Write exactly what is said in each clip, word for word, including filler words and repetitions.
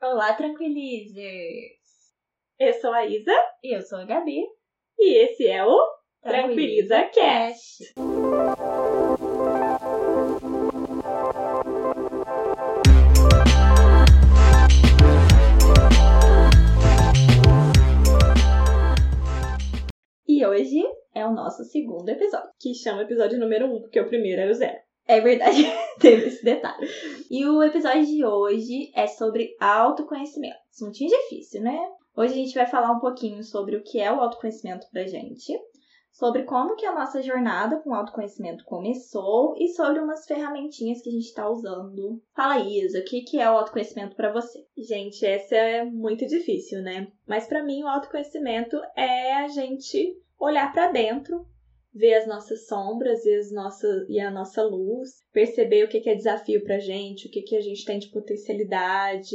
Olá, tranquilizers! Eu sou a Isa. E eu sou a Gabi. E esse é o Tranquiliza Cast. E hoje é o nosso segundo episódio. Que chama episódio número um, porque o primeiro era o zero. É verdade, teve esse detalhe. E o episódio de hoje é sobre autoconhecimento. Assuntinho difícil, né? Hoje a gente vai falar um pouquinho sobre o que é o autoconhecimento pra gente, sobre como que a nossa jornada com o autoconhecimento começou e sobre umas ferramentinhas que a gente tá usando. Fala, Isa, o que que é o autoconhecimento pra você? Gente, essa é muito difícil, né? Mas pra mim o autoconhecimento é a gente olhar pra dentro, ver as nossas sombras e, as nossas, e a nossa luz, perceber o que, que é desafio pra gente, o que, que a gente tem de potencialidade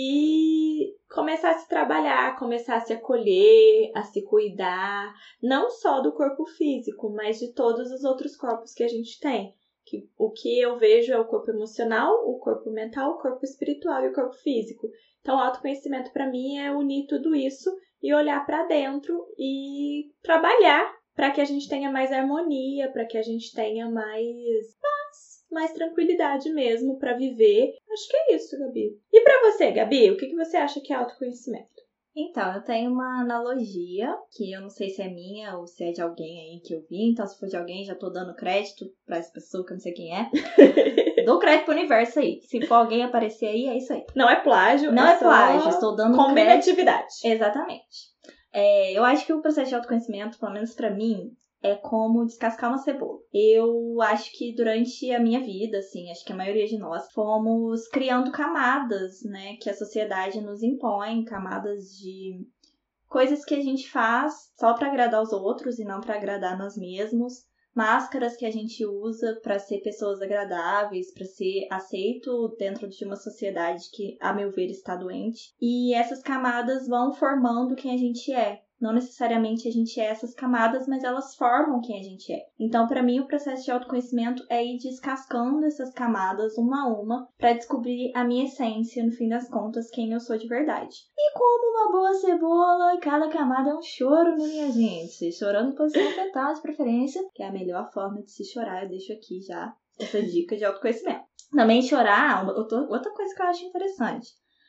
e começar a se trabalhar, começar a se acolher, a se cuidar, não só do corpo físico, mas de todos os outros corpos que a gente tem. Que, o que eu vejo é o corpo emocional, o corpo mental, o corpo espiritual e o corpo físico. Então, o autoconhecimento pra mim é unir tudo isso e olhar pra dentro e trabalhar para que a gente tenha mais harmonia, para que a gente tenha mais paz, mais tranquilidade mesmo para viver. Acho que é isso, Gabi. E para você, Gabi, o que que você acha que é autoconhecimento? Então, eu tenho uma analogia, que eu não sei se é minha ou se é de alguém aí que eu vi. Então, se for de alguém, já tô dando crédito pra essa pessoa que eu não sei quem é. Dou crédito pro universo aí. Se for alguém aparecer aí, é isso aí. Não é plágio. Não é, é plágio, estou dando crédito. Combinatividade. Exatamente. É, eu acho que o processo de autoconhecimento, pelo menos pra mim, é como descascar uma cebola. Eu acho que durante a minha vida, assim, acho que a maioria de nós fomos criando camadas, né, que a sociedade nos impõe, camadas de coisas que a gente faz só pra agradar os outros e não pra agradar nós mesmos. Máscaras que a gente usa para ser pessoas agradáveis, para ser aceito dentro de uma sociedade que, a meu ver, está doente. E essas camadas vão formando quem a gente é. Não necessariamente a gente é essas camadas, mas elas formam quem a gente é. Então, para mim, o processo de autoconhecimento é ir descascando essas camadas uma a uma para descobrir a minha essência, no fim das contas, quem eu sou de verdade. E como uma boa cebola, cada camada é um choro, né, minha gente? Chorando em posição fetal, de preferência, que é a melhor forma de se chorar. Eu deixo aqui já essa dica de autoconhecimento. Também chorar, outra coisa que eu acho interessante.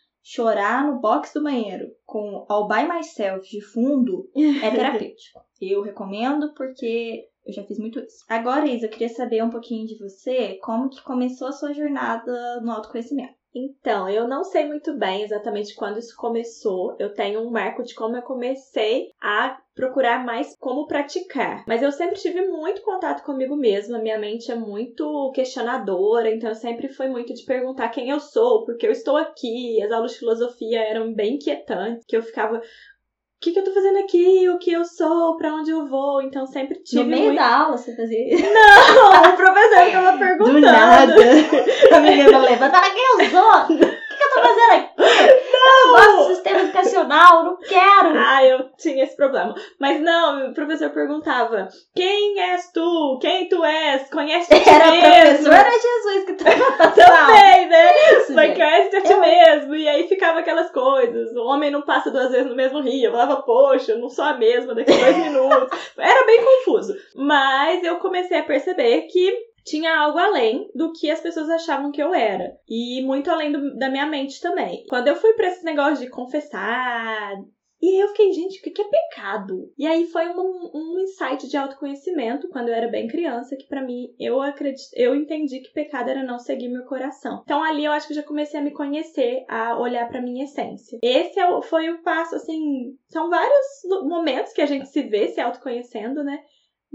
Chorar no box do banheiro com All By Myself de fundo é terapêutico. Eu recomendo porque eu já fiz muito isso. Agora, Isa, eu queria saber um pouquinho de você, como que começou a sua jornada no autoconhecimento. Então, eu não sei muito bem exatamente quando isso começou. Eu tenho um marco de como eu comecei a procurar mais como praticar. Mas eu sempre tive muito contato comigo mesma. Minha mente é muito questionadora, então eu sempre fui muito de perguntar quem eu sou, porque eu estou aqui. As aulas de filosofia eram bem inquietantes, que eu ficava... O que, que eu tô fazendo aqui? O que eu sou? Pra onde eu vou? Então sempre tive No meio muito... da aula você fazia isso? Não! O professor tava perguntando. Do nada. A menina levanta, quem eu sou? O que, que eu tô fazendo aqui? Não! Eu gosto do sistema educacional, não quero. Ah, eu tinha esse problema. Mas não, o professor perguntava, quem és tu? Quem tu és? Conhece-te a ti era mesmo? Era professor, era Jesus que tava também, né? Isso, mas conhece-te a ti eu... mesmo. E aí ficava aquelas coisas. O homem não passa duas vezes no mesmo rio. Eu falava, poxa, eu não sou a mesma daqui a dois minutos. Era bem confuso. Mas eu comecei a perceber que tinha algo além do que as pessoas achavam que eu era. E muito além do, da minha mente também. Quando eu fui pra esse negócio de confessar... E eu fiquei, gente, o que é pecado? E aí foi um, um insight de autoconhecimento, quando eu era bem criança, que pra mim, eu acredito, eu entendi que pecado era não seguir meu coração. Então ali eu acho que eu já comecei a me conhecer, a olhar pra minha essência. Esse é o, foi o passo, assim, são vários momentos que a gente se vê se autoconhecendo, né?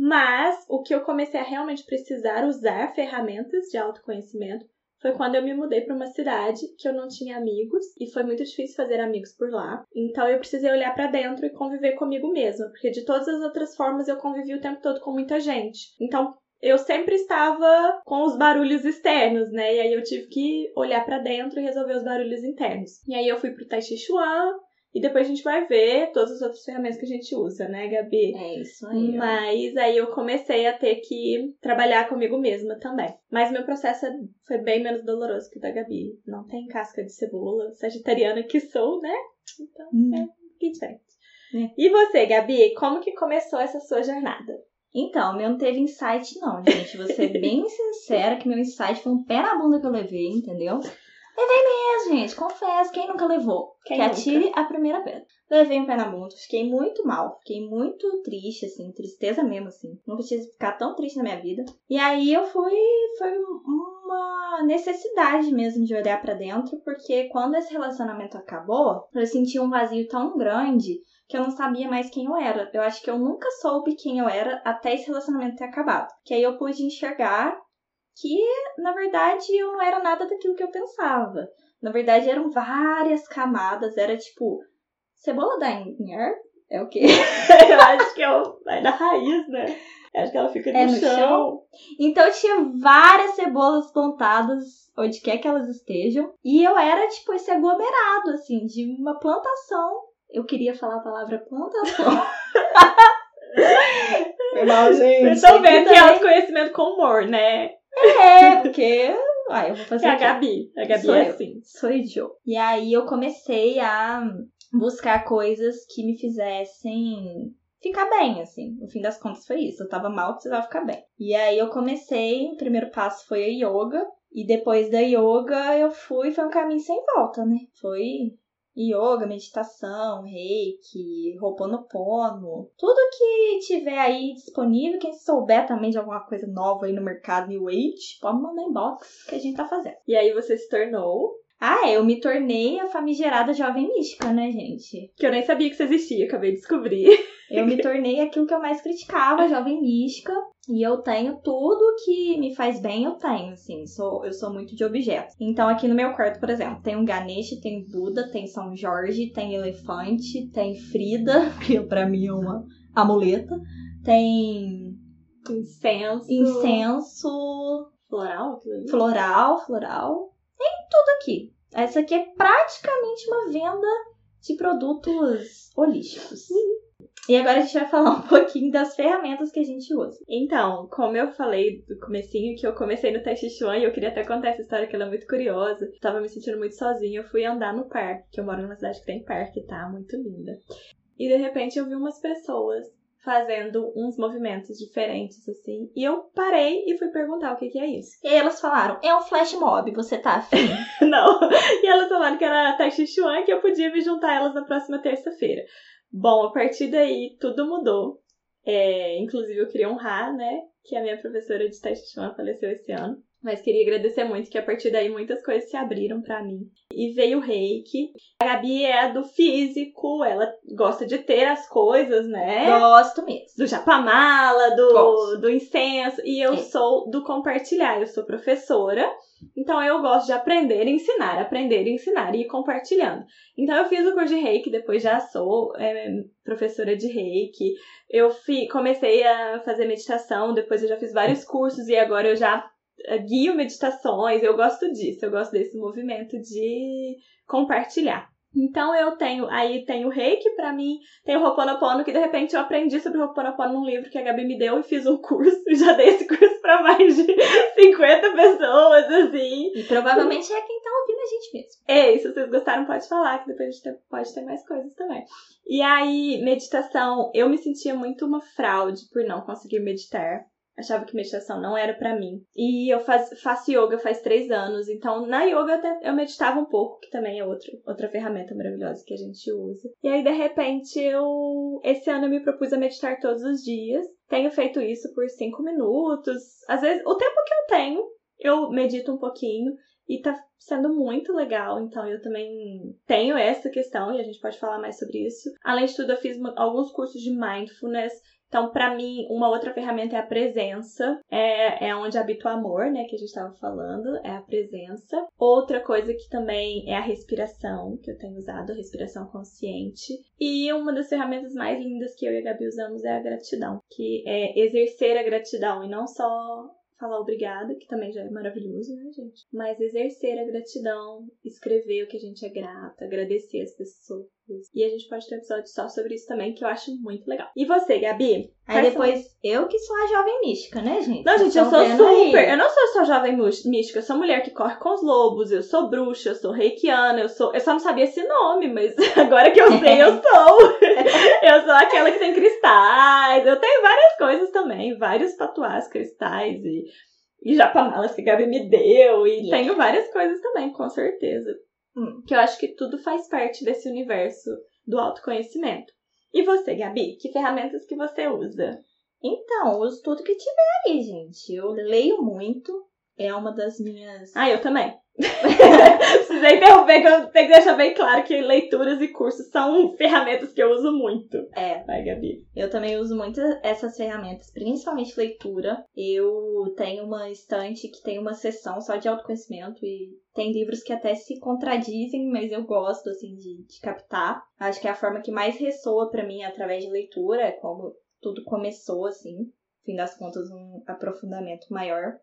Mas o que eu comecei a realmente precisar usar ferramentas de autoconhecimento foi quando eu me mudei para uma cidade que eu não tinha amigos e foi muito difícil fazer amigos por lá. Então eu precisei olhar para dentro e conviver comigo mesma, porque de todas as outras formas eu convivi o tempo todo com muita gente. Então eu sempre estava com os barulhos externos, né? E aí eu tive que olhar para dentro e resolver os barulhos internos. E aí eu fui pro Tai Chi Chuan, E depois a gente vai ver todas as outras ferramentas que a gente usa, né, Gabi? É isso aí. Mas aí eu comecei a ter que trabalhar comigo mesma também. Mas meu processo foi bem menos doloroso que o da Gabi. Não tem casca de cebola, sagitariana que sou, né? Então, hum. é um pouquinho diferente. É. E você, Gabi, como que começou essa sua jornada? Então, meu não teve insight não, gente. Vou ser bem sincera que meu insight foi um pé na bunda que eu levei, entendeu? Levei mesmo, gente. Confesso. Quem nunca levou? Quem que nunca? Atire a primeira pedra. Levei um pé na bunda. Fiquei muito mal. Fiquei muito triste, assim. Tristeza mesmo, assim. Nunca tinha ficado tão triste na minha vida. E aí eu fui... Foi uma necessidade mesmo de olhar pra dentro. Porque quando esse relacionamento acabou, eu senti um vazio tão grande que eu não sabia mais quem eu era. Eu acho que eu nunca soube quem eu era até esse relacionamento ter acabado. Que aí eu pude enxergar que, na verdade, eu não era nada daquilo que eu pensava. Na verdade, eram várias camadas. Era tipo, cebola da Inher? É o quê? Eu acho que é o... vai da raiz, né? Eu acho que ela fica no, é no chão. chão. Então, tinha várias cebolas plantadas onde quer que elas estejam. E eu era, tipo, esse aglomerado, assim, de uma plantação. Eu queria falar a palavra plantação. Foi mal, gente. Vocês estão vendo que é autoconhecimento com humor, né? É, porque... Ah, eu vou fazer é a aqui. Gabi. A Gabi Sou é eu. assim. Sou idiota. E aí eu comecei a buscar coisas que me fizessem ficar bem, assim. No fim das contas foi isso. Eu tava mal, precisava ficar bem. E aí eu comecei, o primeiro passo foi a yoga. E depois da yoga eu fui, foi um caminho sem volta, né? Foi... yoga, meditação, reiki, ho'oponopono, tudo que tiver aí disponível, quem souber também de alguma coisa nova aí no mercado New Age, pode mandar inbox que a gente tá fazendo. E aí você se tornou... Ah, eu me tornei a famigerada jovem mística, né, gente? Que eu nem sabia que isso existia, acabei de descobrir. Eu me tornei aquilo que eu mais criticava, a jovem mística. E eu tenho tudo que me faz bem, eu tenho, assim. Sou, eu sou muito de objetos. Então, aqui no meu quarto, por exemplo, tem um Ganesha, tem Buda, tem São Jorge, tem elefante, tem Frida, que pra mim é uma amuleta. Tem... Incenso. Incenso. Floral? Floral, floral. Tem tudo aqui. Essa aqui é praticamente uma venda de produtos holísticos. E agora a gente vai falar um pouquinho das ferramentas que a gente usa. Então, como eu falei do comecinho, que eu comecei no Tai Chi Chuan e eu queria até contar essa história que ela é muito curiosa. Eu tava me sentindo muito sozinha, eu fui andar no parque, que eu moro numa cidade que tem parque, tá? Muito linda. E de repente eu vi umas pessoas fazendo uns movimentos diferentes, assim. E eu parei e fui perguntar o que que é isso. E aí elas falaram, é um flash mob, você tá afim? Não. E elas falaram que era Tai Chi Chuan e que eu podia me juntar a elas na próxima terça-feira. Bom, a partir daí tudo mudou. É, inclusive eu queria honrar, né, que a minha professora de Tai Chi Chuan faleceu esse ano. Mas queria agradecer muito que a partir daí muitas coisas se abriram pra mim. E veio o reiki. A Gabi é do físico, ela gosta de ter as coisas, né? Gosto mesmo. Do japamala, do, do incenso. E eu é. sou do compartilhar, eu sou professora. Então eu gosto de aprender e ensinar, aprender e ensinar e ir compartilhando. Então eu fiz o curso de reiki, depois já sou é, professora de reiki. Eu fi, comecei a fazer meditação, depois eu já fiz vários cursos e agora eu já guio meditações. Eu gosto disso, eu gosto desse movimento de compartilhar. Então eu tenho, aí tem o reiki pra mim, tem o Ho'oponopono, que de repente eu aprendi sobre o Ho'oponopono num livro que a Gabi me deu e fiz um curso, e já dei esse curso pra mais de cinquenta pessoas, assim. E provavelmente é quem tá ouvindo a gente mesmo. É, se vocês gostaram pode falar, que depois a gente pode ter mais coisas também. E aí, meditação, eu me sentia muito uma fraude por não conseguir meditar. Achava que meditação não era pra mim. E eu faz, faço yoga faz três anos. Então, na yoga até eu meditava um pouco, que também é outra, outra ferramenta maravilhosa que a gente usa. E aí, de repente, eu... esse ano eu me propus a meditar todos os dias. Tenho feito isso por cinco minutos. Às vezes, o tempo que eu tenho, eu medito um pouquinho. E tá sendo muito legal. Então, eu também tenho essa questão. E a gente pode falar mais sobre isso. Além de tudo, eu fiz alguns cursos de mindfulness. Então, pra mim, uma outra ferramenta é a presença. É, é onde habita o amor, né? Que a gente tava falando. É a presença. Outra coisa que também é a respiração, que eu tenho usado, a respiração consciente. E uma das ferramentas mais lindas que eu e a Gabi usamos é a gratidão. Que é exercer a gratidão e não só falar obrigada, que também já é maravilhoso, né, gente? Mas exercer a gratidão, escrever o que a gente é grata, agradecer as pessoas. E a gente pode ter um episódio só sobre isso também, que eu acho muito legal. E você, Gabi? Aí depois, são... eu que sou a jovem mística, né, gente? Não, gente, eu sou super. Aí. Eu não sou só jovem mística, eu sou mulher que corre com os lobos, eu sou bruxa, eu sou reikiana, eu sou. Eu só não sabia esse nome, mas agora que eu sei, eu sou. Eu sou aquela que tem cristais, eu tenho várias coisas também, vários tatuagens, cristais e, e japamalas que a Gabi me deu, e yeah. tenho várias coisas também, com certeza. Hum. Que eu acho que tudo faz parte desse universo do autoconhecimento. E você, Gabi? Que ferramentas que você usa? Então, eu uso tudo que tiver aí, gente. Eu leio muito. É uma das minhas... Ah, eu também. Precisei interromper, que eu tenho que deixar bem claro que leituras e cursos são ferramentas que eu uso muito. É. Vai, Gabi. Eu também uso muito essas ferramentas, principalmente leitura. Eu tenho uma estante que tem uma seção só de autoconhecimento e tem livros que até se contradizem, mas eu gosto, assim, de, de captar. Acho que é a forma que mais ressoa pra mim através de leitura, é como tudo começou, assim. Fim das contas, um aprofundamento maior.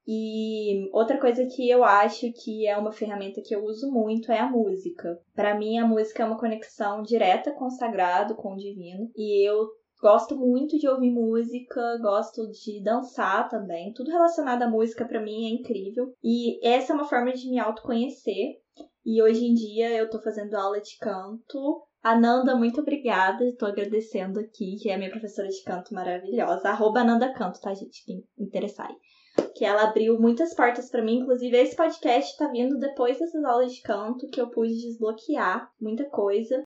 E outra coisa que eu acho que é uma ferramenta que eu uso muito é a música. Para mim, a música é uma conexão direta com o sagrado, com o divino. E eu gosto muito de ouvir música, gosto de dançar também. Tudo relacionado à música, para mim, é incrível. E essa é uma forma de me autoconhecer. E hoje em dia, eu tô fazendo aula de canto. Ananda, muito obrigada. Estou agradecendo aqui, que é a minha professora de canto maravilhosa. Arroba Ananda Canto, tá, gente? Quem interessar aí. Que ela abriu muitas portas pra mim. Inclusive, esse podcast tá vindo depois dessas aulas de canto, que eu pude desbloquear muita coisa.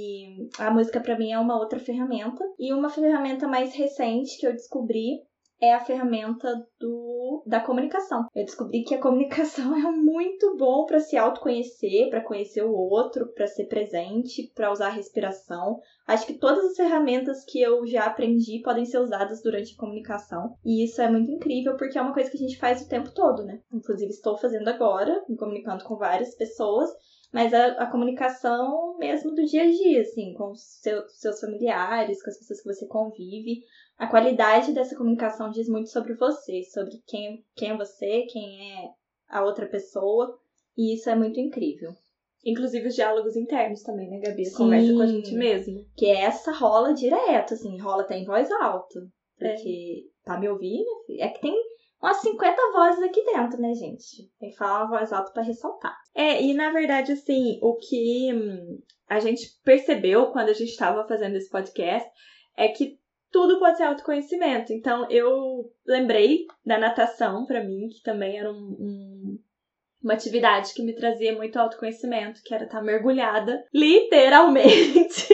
E a música pra mim é uma outra ferramenta. E uma ferramenta mais recente que eu descobri é a ferramenta do, da comunicação. Eu descobri que a comunicação é muito bom para se autoconhecer, para conhecer o outro, para ser presente, para usar a respiração. Acho que todas as ferramentas que eu já aprendi podem ser usadas durante a comunicação. E isso é muito incrível, porque é uma coisa que a gente faz o tempo todo, né? Inclusive, estou fazendo agora, me comunicando com várias pessoas, mas a, a comunicação mesmo do dia a dia, assim, com os seu, seus familiares, com as pessoas que você convive. A qualidade dessa comunicação diz muito sobre você, sobre quem, quem é você, quem é a outra pessoa, e isso é muito incrível. Inclusive os diálogos internos também, né, Gabi? A conversa com a gente mesmo. Que essa rola direto, assim, rola até em voz alta. Porque, é. Tá me ouvindo? É que tem umas cinquenta vozes aqui dentro, né, gente? Tem que falar uma voz alta pra ressaltar. É, e na verdade, assim, o que hum, a gente percebeu quando a gente tava fazendo esse podcast é que tudo pode ser autoconhecimento. Então, eu lembrei da natação, pra mim, que também era um, um, uma atividade que me trazia muito autoconhecimento, que era estar mergulhada, literalmente.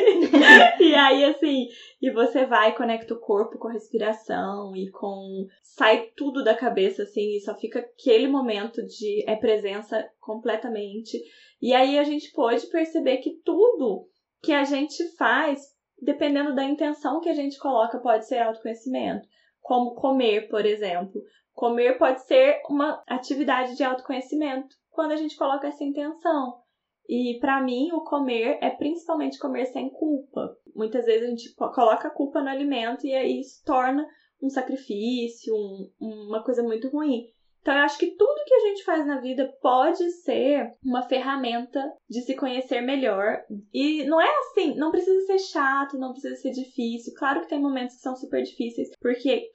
E aí, assim, e você vai e conecta o corpo com a respiração e com... Sai tudo da cabeça, assim, e só fica aquele momento de... É presença completamente. E aí, a gente pôde perceber que tudo que a gente faz, dependendo da intenção que a gente coloca, pode ser autoconhecimento. Como comer, por exemplo. Comer pode ser uma atividade de autoconhecimento quando a gente coloca essa intenção. E pra mim, o comer é principalmente comer sem culpa. Muitas vezes a gente coloca a culpa no alimento e aí isso torna um sacrifício, um, uma coisa muito ruim. Então, eu acho que tudo que a gente faz na vida pode ser uma ferramenta de se conhecer melhor. E não é assim, não precisa ser chato, não precisa ser difícil. Claro que tem momentos que são super difíceis, porque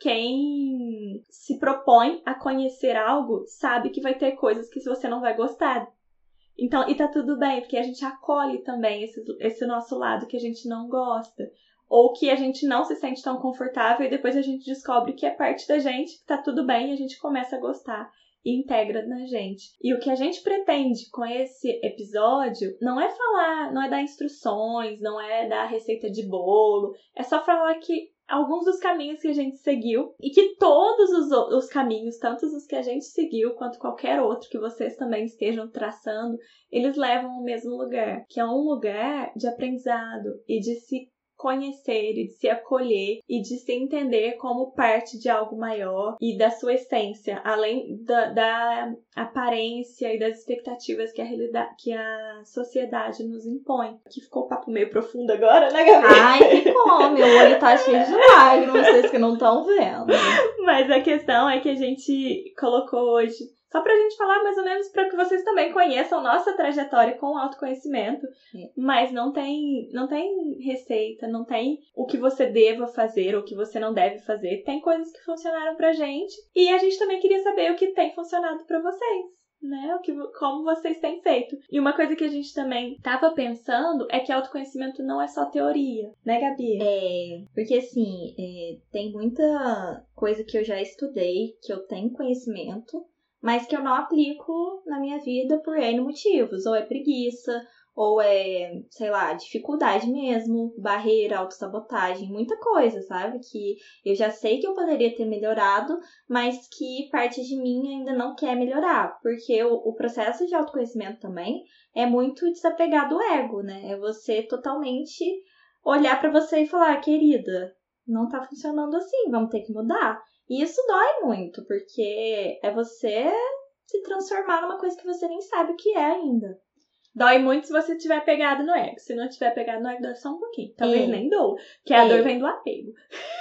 quem se propõe a conhecer algo sabe que vai ter coisas que você não vai gostar. Então, e tá tudo bem, porque a gente acolhe também esse, esse nosso lado que a gente não gosta. Ou que a gente não se sente tão confortável e depois a gente descobre que é parte da gente, que tá tudo bem e a gente começa a gostar e integra na gente. E o que a gente pretende com esse episódio não é falar, não é dar instruções, não é dar receita de bolo, é só falar que alguns dos caminhos que a gente seguiu e que todos os, os caminhos, tanto os que a gente seguiu quanto qualquer outro que vocês também estejam traçando, eles levam ao mesmo lugar, que é um lugar de aprendizado e de se conhecer e de se acolher e de se entender como parte de algo maior e da sua essência, além da, da aparência e das expectativas que a realidade, que a sociedade nos impõe. Aqui ficou o papo meio profundo agora, né, Gabi? Ai, ficou, meu olho tá cheio de lágrimas, vocês que não estão vendo. Mas a questão é que a gente colocou hoje só pra gente falar mais ou menos pra que vocês também conheçam nossa trajetória com o autoconhecimento. É. Mas não tem, não tem receita, não tem o que você deva fazer ou o que você não deve fazer. Tem coisas que funcionaram pra gente e a gente também queria saber o que tem funcionado pra vocês, né? O que, como vocês têm feito. E uma coisa que a gente também tava pensando é que autoconhecimento não é só teoria, né, Gabi? É, porque assim, é, tem muita coisa que eu já estudei, que eu tenho conhecimento, mas que eu não aplico na minha vida por N motivos. Ou é preguiça, ou é, sei lá, dificuldade mesmo, barreira, autossabotagem, muita coisa, sabe? Que eu já sei que eu poderia ter melhorado, mas que parte de mim ainda não quer melhorar. Porque o, o processo de autoconhecimento também é muito desapegar do ego, né? É você totalmente olhar pra você e falar, querida, não tá funcionando assim, vamos ter que mudar. E isso dói muito, porque é você se transformar numa coisa que você nem sabe o que é ainda. Dói muito se você tiver pegado no ego. Se não tiver pegado no ego, dói só um pouquinho. Talvez é. nem doa, porque a é. dor vem do apego.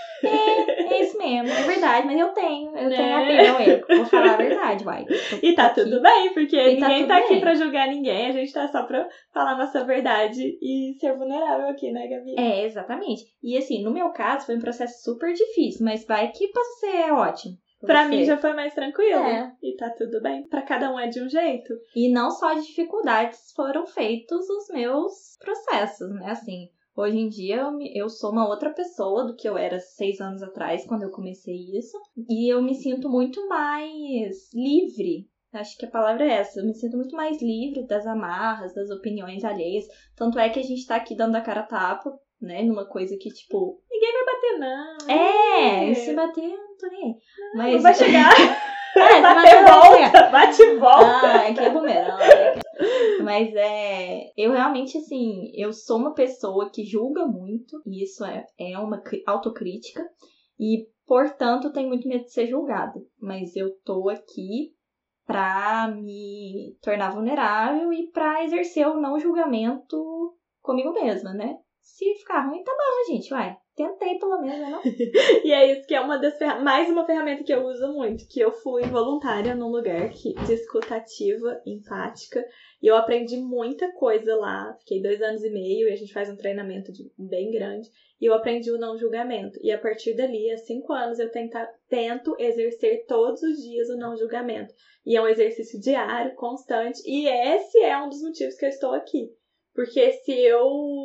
É, é isso mesmo, é verdade, mas eu tenho, eu né? tenho apego ao ego. Vou falar a verdade, vai. E tá aqui. tudo bem, porque e ninguém tá, tá aqui bem. pra julgar ninguém, a gente tá só pra falar nossa verdade e ser vulnerável aqui, né, Gabi? É, exatamente. E assim, no meu caso, foi um processo super difícil, mas vai que pra você é ótimo. Pra você. mim já foi mais tranquilo. É. E tá tudo bem. Pra cada um é de um jeito. E não só de dificuldades foram feitos os meus processos, né? Assim, hoje em dia eu, me, eu sou uma outra pessoa do que eu era seis anos atrás, quando eu comecei isso. E eu me sinto muito mais livre. Acho que a palavra é essa. Eu me sinto muito mais livre das amarras, das opiniões alheias. Tanto é que a gente tá aqui dando a cara a tapa, né? Numa coisa que, tipo... Ninguém vai bater, não. É, é. Se bater, não tô nem aí. Mas... Não vai chegar. é, bater volta, bate e volta. Ah, aqui é bumerangue. Né? Mas é... Eu realmente, assim, eu sou uma pessoa que julga muito. E isso é, é uma autocrítica. E, portanto, tenho muito medo de ser julgada. Mas eu tô aqui pra me tornar vulnerável e pra exercer o não julgamento comigo mesma, né? Se ficar ruim, tá bom, gente, vai. Tentei pelo menos, né? Não? E é isso que é uma das ferramentas, mais uma ferramenta que eu uso muito, que eu fui voluntária num lugar que, de escuta ativa, empática, e eu aprendi muita coisa lá. Fiquei dois anos e meio e a gente faz um treinamento de, bem grande, e eu aprendi o não julgamento. E a partir dali, há cinco anos, eu tenta, tento exercer todos os dias o não julgamento. E é um exercício diário, constante, e esse é um dos motivos que eu estou aqui. Porque se eu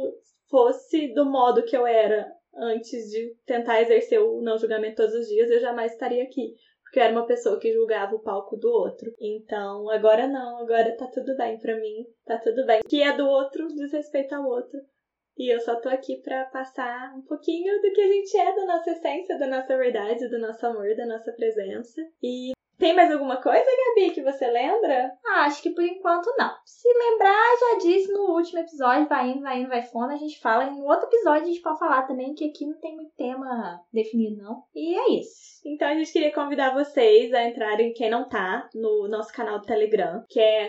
fosse do modo que eu era antes de tentar exercer o não julgamento todos os dias, eu jamais estaria aqui. Porque eu era uma pessoa que julgava o palco do outro. Então, agora não, agora tá tudo bem pra mim, tá tudo bem. O que é do outro diz respeito ao outro. E eu só tô aqui pra passar um pouquinho do que a gente é, da nossa essência, da nossa verdade, do nosso amor, da nossa presença. E tem mais alguma coisa, Gabi, que você lembra? Ah, acho que por enquanto não. Se lembrar, já disse no último episódio, vai indo, vai indo, vai fora, a gente fala. E no outro episódio a gente pode falar também, que aqui não tem muito tema definido, não. E é isso. Então a gente queria convidar vocês a entrarem, quem não tá, no nosso canal do Telegram, que é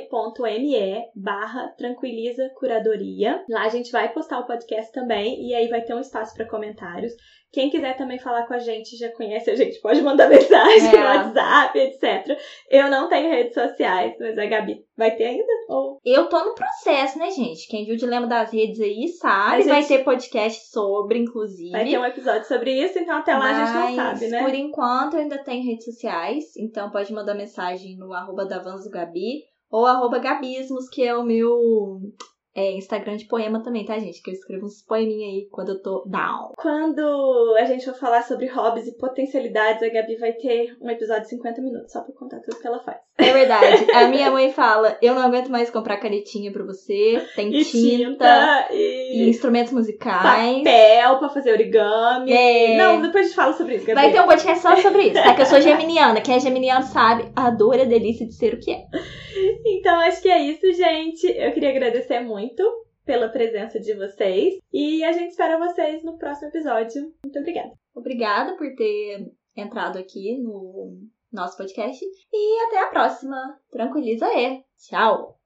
t.me barra tranquiliza curadoria. Lá a gente vai postar o podcast também, e aí vai ter um espaço para comentários. Quem quiser também falar com a gente, já conhece a gente, pode mandar mensagem é. no WhatsApp, etcétera. Eu não tenho redes sociais, mas a Gabi vai ter ainda? Ou... Eu tô no processo, né, gente? Quem viu o Dilema das Redes aí sabe, gente... vai ter podcast sobre, inclusive. Vai ter um episódio sobre isso, então até lá mas, a gente não sabe, né? Por enquanto eu ainda tenho redes sociais, então pode mandar mensagem no arroba davanzogabi ou arroba gabismos, que é o meu... É, Instagram de poema também, tá, gente? Que eu escrevo uns poeminha aí quando eu tô down. Quando a gente for falar sobre hobbies e potencialidades, a Gabi vai ter um episódio de cinquenta minutos só pra contar tudo que ela faz. É verdade. A minha mãe fala, eu não aguento mais comprar canetinha pra você. Tem e tinta, tinta e... e instrumentos musicais. Papel pra fazer origami. É... Não, depois a gente fala sobre isso, Gabi. Vai ter um podcast só sobre isso, tá? Que eu sou geminiana. Quem é geminiano sabe a dor e a delícia de ser o que é. Então, acho que é isso, gente. Eu queria agradecer muito pela presença de vocês. E a gente espera vocês no próximo episódio. Muito obrigada. Obrigada por ter entrado aqui no nosso podcast. E até a próxima. Tranquiliza aí. Tchau!